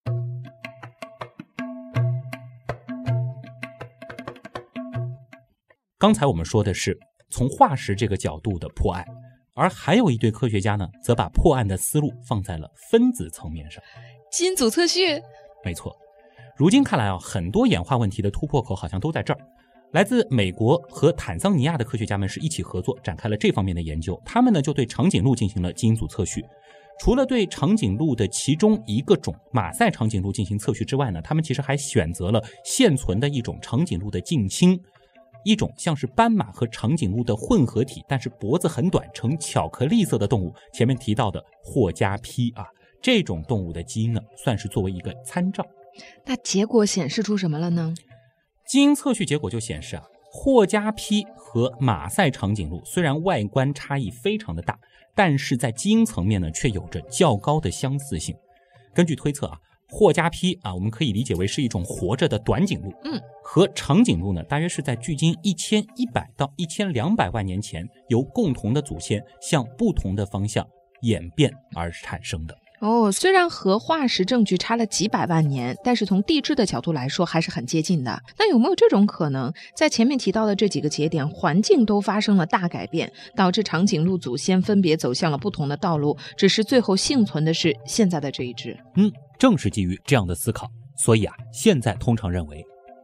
刚才我们说的是从化石这个角度的破案，而还有一对科学家呢，则把破案的思路放在了分子层面上。 基因组测序？ 没错。如今看来很多演化问题的突破口好像都在这儿。来自美国和坦桑尼亚的科学家们是一起合作展开了这方面的研究，他们呢就对长颈鹿进行了基因组测序。除了对长颈鹿的其中一个种马赛长颈鹿进行测序之外呢，他们其实还选择了现存的一种长颈鹿的近亲，一种像是斑马和长颈鹿的混合体，但是脖子很短呈巧克力色的动物，前面提到的霍加披这种动物的基因呢算是作为一个参照。 那结果显示出什么了呢？ 基因测序结果就显示霍加披和马赛长颈鹿虽然外观差异非常的大，但是在基因层面呢却有着较高的相似性。根据推测霍加披我们可以理解为是一种活着的短颈鹿，和长颈鹿呢大约是在距今1100到1200万年前由共同的祖先向不同的方向演变而产生的。 虽然和化石证据差了几百万年，但是从地质的角度来说还是很接近的。那有没有这种可能，在前面提到的这几个节点，环境都发生了大改变，导致长颈鹿祖先分别走向了不同的道路，只是最后幸存的是现在的这一只？ 正是基于这样的思考，所以现在通常认为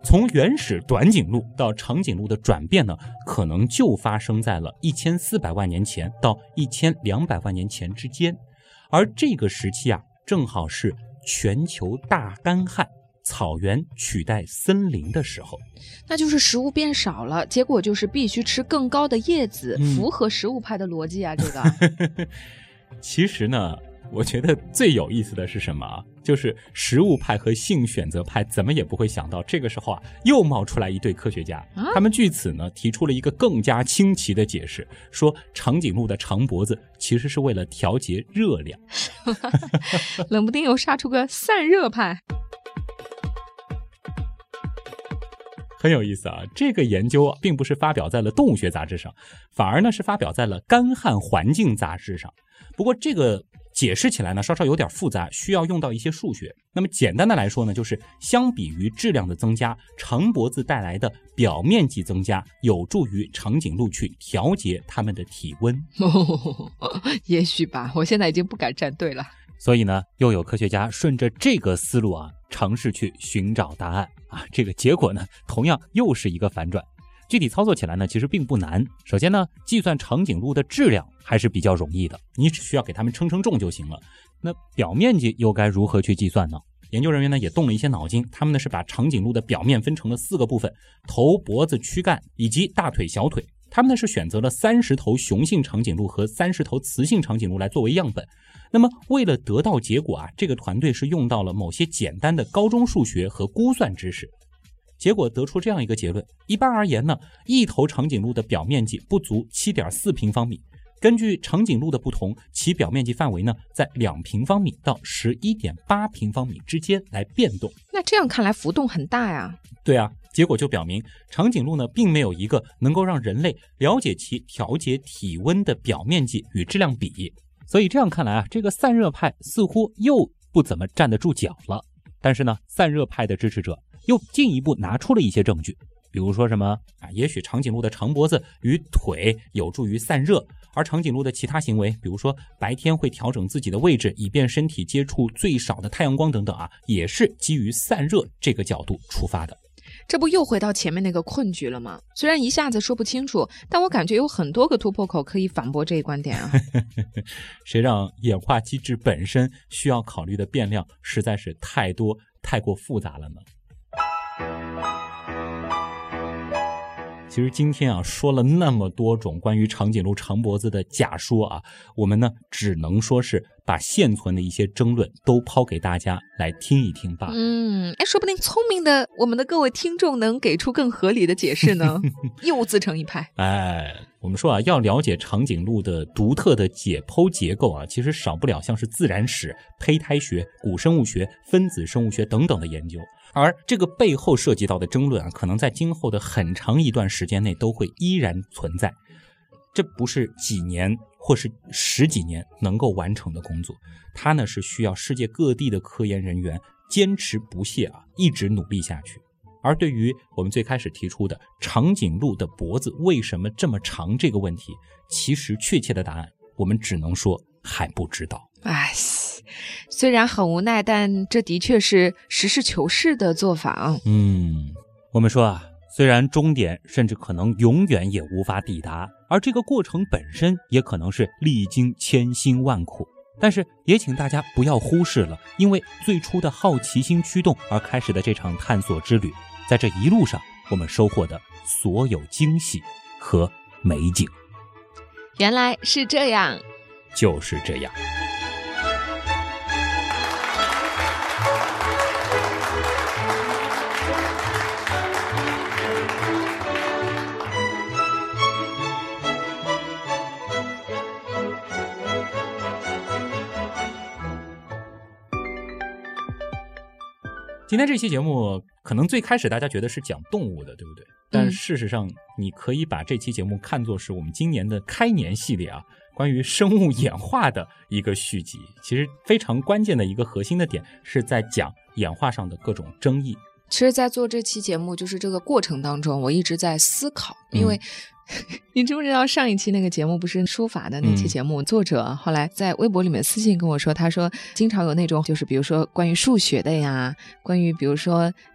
从原始短颈鹿到长颈鹿的转变呢，可能就发生在了1400万年前到1200万年前之间。而这个时期啊，正好是全球大干旱，草原取代森林的时候。 那就是食物变少了，结果就是必须吃更高的叶子，符合食物派的逻辑啊，这个。 其实呢，我觉得最有意思的是什么啊？就是食物派和性选择派怎么也不会想到，这个时候啊，又冒出来一对科学家，他们据此呢提出了一个更加清奇的解释，说长颈鹿的长脖子其实是为了调节热量。 冷不丁又杀出个散热派。 很有意思啊，这个研究并不是发表在了动物学杂志上，反而呢是发表在了干旱环境杂志上。不过这个解释起来呢稍稍有点复杂，需要用到一些数学。那么简单的来说呢，就是相比于质量的增加，长脖子带来的表面积增加有助于长颈鹿去调节它们的体温。 也许吧，我现在已经不敢站队了。 所以呢，又有科学家顺着这个思路啊，尝试去寻找答案啊。这个结果呢，同样又是一个反转。具体操作起来呢，其实并不难。首先呢，计算长颈鹿的质量还是比较容易的，你只需要给它们称重就行了。那表面积又该如何去计算呢？研究人员呢也动了一些脑筋，他们呢是把长颈鹿的表面分成了4个部分：头、脖子、躯干以及大腿、小腿。他们呢是选择了30头雄性长颈鹿和30头雌性长颈鹿来作为样本。那么为了得到结果啊，这个团队是用到了某些简单的高中数学和估算知识。结果得出这样一个结论，一般而言呢，一头长颈鹿的表面积不足 7.4 平方米。根据长颈鹿的不同，其表面积范围呢在2平方米到 11.8 平方米之间来变动。 那这样看来浮动很大呀。 对啊，结果就表明长颈鹿呢并没有一个能够让人类了解其调节体温的表面积与质量比。所以这样看来啊，这个散热派似乎又不怎么站得住脚了。但是呢，散热派的支持者又进一步拿出了一些证据，比如说什么也许长颈鹿的长脖子与腿有助于散热，而长颈鹿的其他行为，比如说白天会调整自己的位置，以便身体接触最少的太阳光等等也是基于散热这个角度出发的。 这不又回到前面那个困局了吗？虽然一下子说不清楚，但我感觉有很多个突破口可以反驳这一观点啊。 谁让演化机制本身需要考虑的变量实在是太多太过复杂了呢？其实今天说了那么多种关于长颈鹿长脖子的假说我们呢只能说是把现存的一些争论都抛给大家来听一听吧。 说不定聪明的我们的各位听众能给出更合理的解释呢。又自成一派。 我们说要了解长颈鹿的独特的解剖结构其实少不了像是自然史、胚胎学、古生物学、分子生物学等等的研究。而这个背后涉及到的争论可能在今后的很长一段时间内都会依然存在。这不是几年或是10几年能够完成的工作，它呢是需要世界各地的科研人员坚持不懈一直努力下去。而对于我们最开始提出的长颈鹿的脖子为什么这么长这个问题，其实确切的答案我们只能说还不知道。 虽然很无奈，但这的确是实事求是的做法。 我们说虽然终点甚至可能永远也无法抵达，而这个过程本身也可能是历经千辛万苦，但是也请大家不要忽视了，因为最初的好奇心驱动而开始的这场探索之旅，在这一路上我们收获的所有惊喜和美景。 原来是这样， 就是这样。今天这期节目可能最开始大家觉得是讲动物的，对不对？但事实上你可以把这期节目看作是我们今年的开年系列关于生物演化的一个续集。其实非常关键的一个核心的点是在讲演化上的各种争议。 其实在做这期节目就是这个过程当中，我一直在思考，因为你知不知道上一期那个节目不是书法的那期节目，作者后来在微博里面私信跟我说，他说经常有那种就是比如说关于数学的呀，关于比如说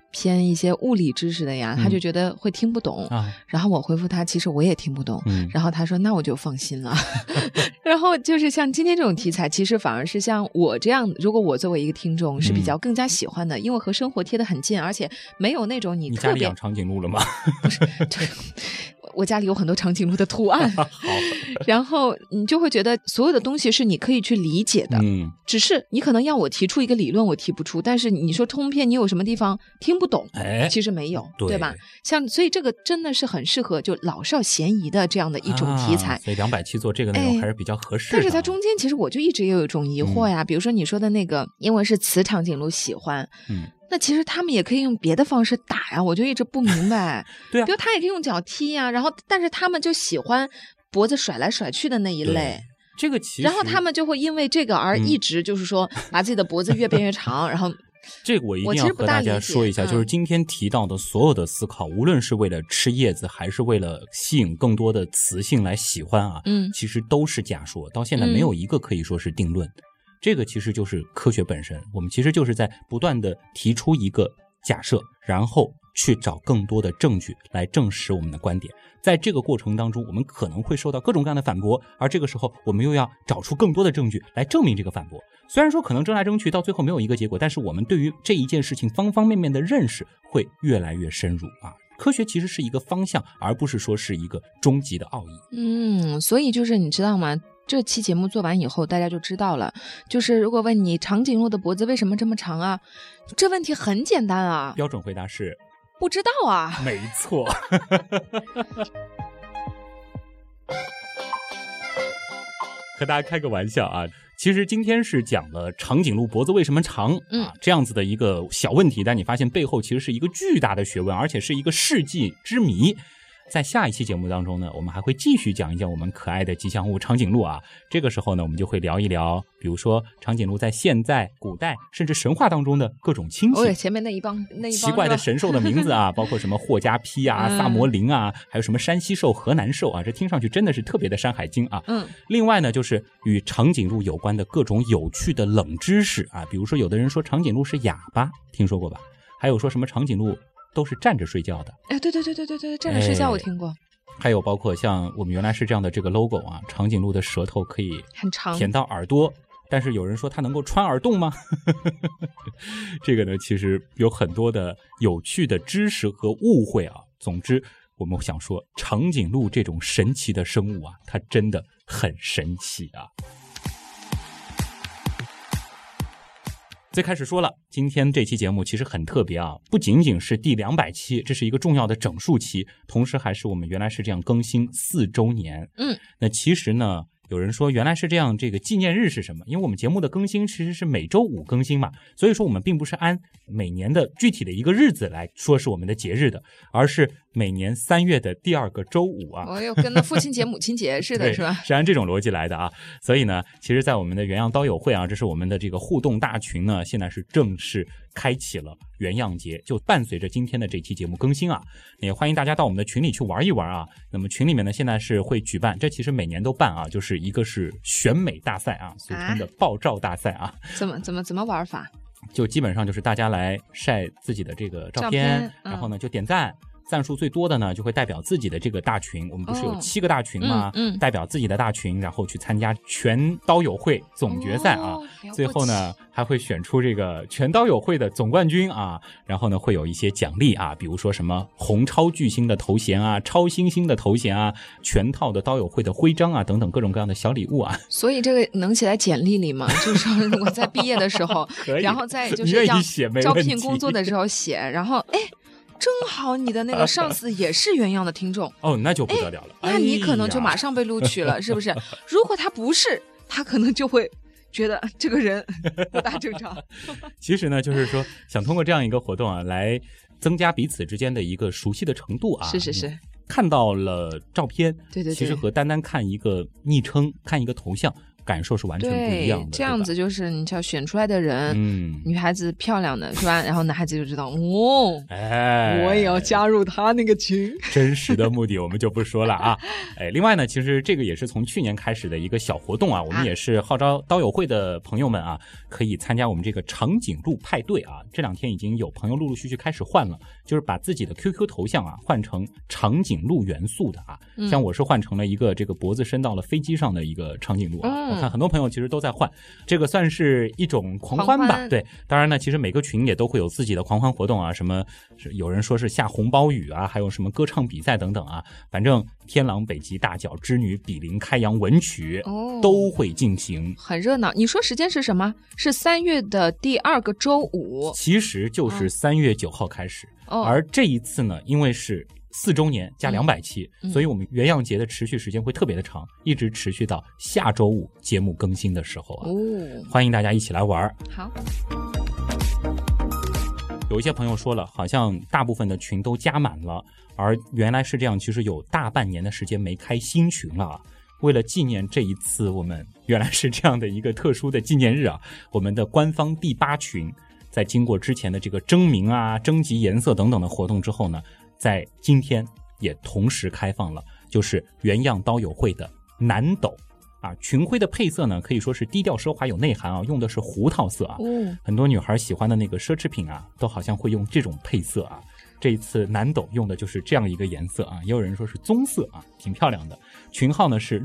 偏一些物理知识的呀，他就觉得会听不懂然后我回复他其实我也听不懂然后他说那我就放心了然后就是像今天这种题材，其实反而是像我这样，如果我作为一个听众是比较更加喜欢的因为和生活贴得很近，而且没有那种你特别。 你家里养长颈鹿了吗？ 不是我家里有很多长颈鹿的图案然后你就会觉得所有的东西是你可以去理解的只是你可能要我提出一个理论我提不出，但是你说通篇你有什么地方听不懂其实没有 对吧？像所以这个真的是很适合就老少咸宜的这样的一种题材所以200期做这个内容还是比较合适的但是它中间其实我就一直也有一种疑惑呀比如说你说的那个因为是雌长颈鹿喜欢那其实他们也可以用别的方式打呀，我就一直不明白对啊， 比如他也可以用脚踢呀然后但是他们就喜欢脖子甩来甩去的那一类这个其实然后他们就会因为这个而一直就是说把自己的脖子越变越长然后这个我一定要和大家说一下就是今天提到的所有的思考无论是为了吃叶子还是为了吸引更多的雌性来喜欢啊其实都是假说，到现在没有一个可以说是定论这个其实就是科学本身，我们其实就是在不断的提出一个假设，然后去找更多的证据来证实我们的观点。在这个过程当中，我们可能会受到各种各样的反驳，而这个时候我们又要找出更多的证据来证明这个反驳。虽然说可能争来争去到最后没有一个结果，但是我们对于这一件事情方方面面的认识会越来越深入啊。科学其实是一个方向，而不是说是一个终极的奥义。 所以就是你知道吗？这期节目做完以后大家就知道了，就是如果问你长颈鹿的脖子为什么这么长啊，这问题很简单啊， 标准回答是不知道啊。 没错和大家开个玩笑啊，其实今天是讲了长颈鹿脖子为什么长这样子的一个小问题，但你发现背后其实是一个巨大的学问，而且是一个世纪之谜。在下一期节目当中呢，我们还会继续讲一讲我们可爱的吉祥物长颈鹿啊。这个时候呢，我们就会聊一聊，比如说长颈鹿在现在、古代甚至神话当中的各种亲戚。 前面那一帮奇怪的神兽的名字啊，包括什么霍加披啊、萨摩林啊，还有什么山西兽、河南兽啊，这听上去真的是特别的山海经啊。另外呢，就是与长颈鹿有关的各种有趣的冷知识啊，比如说有的人说长颈鹿是哑巴，听说过吧？还有说什么长颈鹿都是站着睡觉的。 对，站着睡觉我听过。 还有包括像我们原来是这样的这个 logo 啊，长颈鹿的舌头可以很长， 舔到耳朵，但是有人说它能够穿耳洞吗？这个呢，其实有很多的有趣的知识和误会啊。总之，我们想说，长颈鹿这种神奇的生物啊，它真的很神奇啊。最开始说了，今天这期节目其实很特别啊，不仅仅是第200期，这是一个重要的整数期，同时还是我们原来是这样更新4周年。那其实呢，有人说原来是这样，这个纪念日是什么？因为我们节目的更新其实是每周5更新嘛，所以说我们并不是按每年的具体的一个日子来说是我们的节日的，而是每年3月的第2个周五啊。 我又跟那父亲节母亲节似的是吧？ 是按这种逻辑来的啊。所以呢，其实在我们的原样刀友会啊，这是我们的这个互动大群呢，现在是正式开启了原样节，就伴随着今天的这期节目更新啊，也欢迎大家到我们的群里去玩一玩啊。那么群里面呢，现在是会举办，这其实每年都办啊，就是一个是选美大赛啊，俗称的爆照大赛啊。 怎么玩法？ 就基本上就是大家来晒自己的这个照片然后呢就点赞。赞数最多的呢，就会代表自己的这个大群。我们不是有7个大群吗？代表自己的大群，然后去参加全刀友会总决赛啊。最后呢，还会选出这个全刀友会的总冠军啊。然后呢，会有一些奖励啊，比如说什么红超巨星的头衔啊、超新星的头衔啊、全套的刀友会的徽章啊等等各种各样的小礼物啊。 所以这个能写在简历里吗？就是说我在毕业的时候，然后在就是要招聘工作的时候写，然后正好你的那个上司也是原样的听众那就不得了了。 那你可能就马上被录取了，是不是？如果他不是，他可能就会觉得这个人不大正常。 其实呢，就是说想通过这样一个活动啊，来增加彼此之间的一个熟悉的程度啊。 是。 看到了照片， 对， 其实和单单看一个昵称、看一个头像感受是完全不一样的。 这样子就是你要选出来的人，女孩子漂亮的是吧？然后男孩子就知道我也要加入他那个群。 真实的目的我们就不说了啊。另外呢，其实这个也是从去年开始的一个小活动啊，我们也是号召刀友会的朋友们啊，可以参加我们这个长颈鹿派对啊。这2天已经有朋友陆陆续续开始换了，就是把自己的 QQ 头像啊换成长颈鹿元素的啊。像我是换成了一个这个脖子伸到了飞机上的一个长颈鹿啊。我看很多朋友其实都在换，这个算是一种狂欢吧。对，当然呢，其实每个群也都会有自己的狂欢活动啊，什么有人说是下红包雨啊，还有什么歌唱比赛等等啊，反正天狼北极大角织女比邻开阳文曲都会进行， 很热闹。你说时间是什么？是3月的第2个周五， 其实就是3月9号开始。而这一次呢，因为是4周年加200期，所以我们元阳节的持续时间会特别的长，一直持续到下周五节目更新的时候啊。欢迎大家一起来玩。 好。 有一些朋友说了，好像大部分的群都加满了，而原来是这样，其实有大半年的时间没开新群了啊。为了纪念这一次我们原来是这样的一个特殊的纪念日啊，我们的官方第8群在经过之前的这个征名啊、征集颜色等等的活动之后呢，在今天也同时开放了，就是原样刀友会的南斗啊。群徽的配色呢，可以说是低调奢华有内涵啊，用的是胡桃色啊。很多女孩喜欢的那个奢侈品啊，都好像会用这种配色啊。这一次南斗用的就是这样一个颜色啊，也有人说是棕色啊，挺漂亮的。群号呢是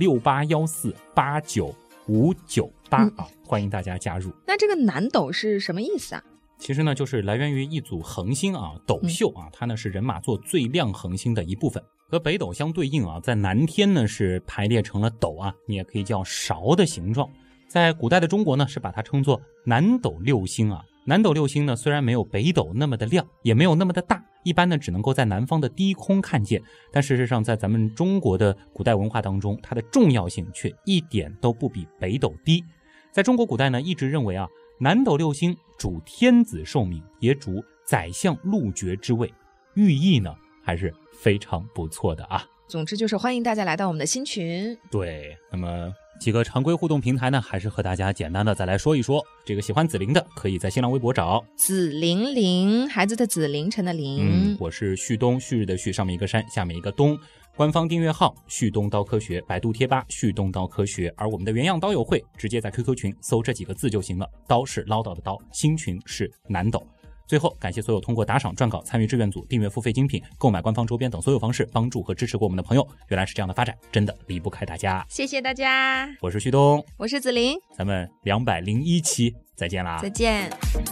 6814895598啊，欢迎大家加入。 那这个南斗是什么意思啊？ 其实呢，就是来源于一组恒星啊，斗宿啊，它呢是人马座最亮恒星的一部分，和北斗相对应啊，在南天呢是排列成了斗啊，你也可以叫勺的形状。在古代的中国呢，是把它称作南斗六星啊。南斗六星呢，虽然没有北斗那么的亮，也没有那么的大，一般呢只能够在南方的低空看见，但事实上在咱们中国的古代文化当中，它的重要性却一点都不比北斗低。在中国古代呢，一直认为啊，南斗六星主天子寿命，也主宰相禄爵之位，寓意呢还是非常不错的啊。 总之就是欢迎大家来到我们的新群。 对，那么几个常规互动平台呢，还是和大家简单的再来说一说。这个喜欢紫菱的，可以在新浪微博找紫菱菱，孩子的紫，凌晨的凌。 我是旭东，旭日的旭，上面一个山，下面一个东。官方订阅号旭东刀科学，百度贴吧旭东刀科学，而我们的原样刀友会直接在 QQ 群搜这几个字就行了，刀是唠叨的刀，新群是南斗。最后感谢所有通过打赏、撰稿、参与志愿组、订阅付费精品、购买官方周边等所有方式帮助和支持过我们的朋友。原来是这样的发展，真的离不开大家， 谢谢大家。 我是旭东， 我是紫菱， 咱们201期再见啦， 再见。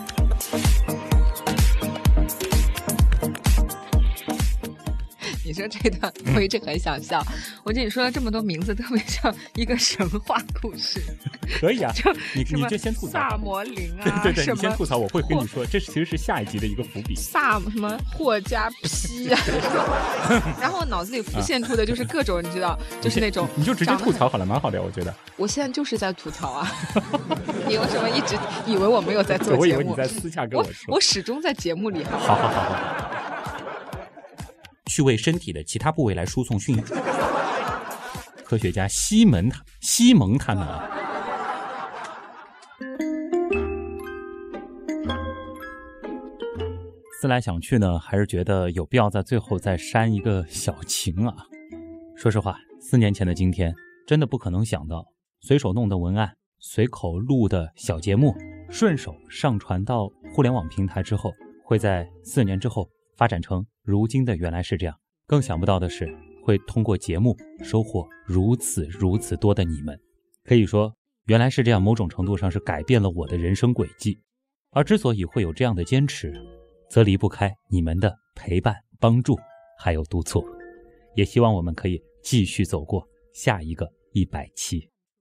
你说这段我一直很想笑，我觉得你说了这么多名字，特别像一个神话故事。 可以啊，你就先吐槽萨摩林啊， 对，你先吐槽，我会跟你说，这其实是下一集的一个伏笔。 萨什么霍加皮啊，然后我脑子里浮现出的就是各种，你知道，就是那种， 你就直接吐槽好了，蛮好的，我觉得。 我现在就是在吐槽啊，你为什么一直以为我没有在做节目？ 我以为你在私下跟我说， 我始终在节目里。 好。去为身体的其他部位来输送讯息。科学家西蒙他们啊，思来想去呢，还是觉得有必要在最后再煽一个小情啊。说实话，4年前的今天，真的不可能想到，随手弄的文案，随口录的小节目，顺手上传到互联网平台之后，会在4年之后发展成如今的原来是这样。更想不到的是，会通过节目收获如此多的你们。可以说，原来是这样，某种程度上是改变了我的人生轨迹。而之所以会有这样的坚持，则离不开你们的陪伴、帮助还有督促。也希望我们可以继续走过下一个100期。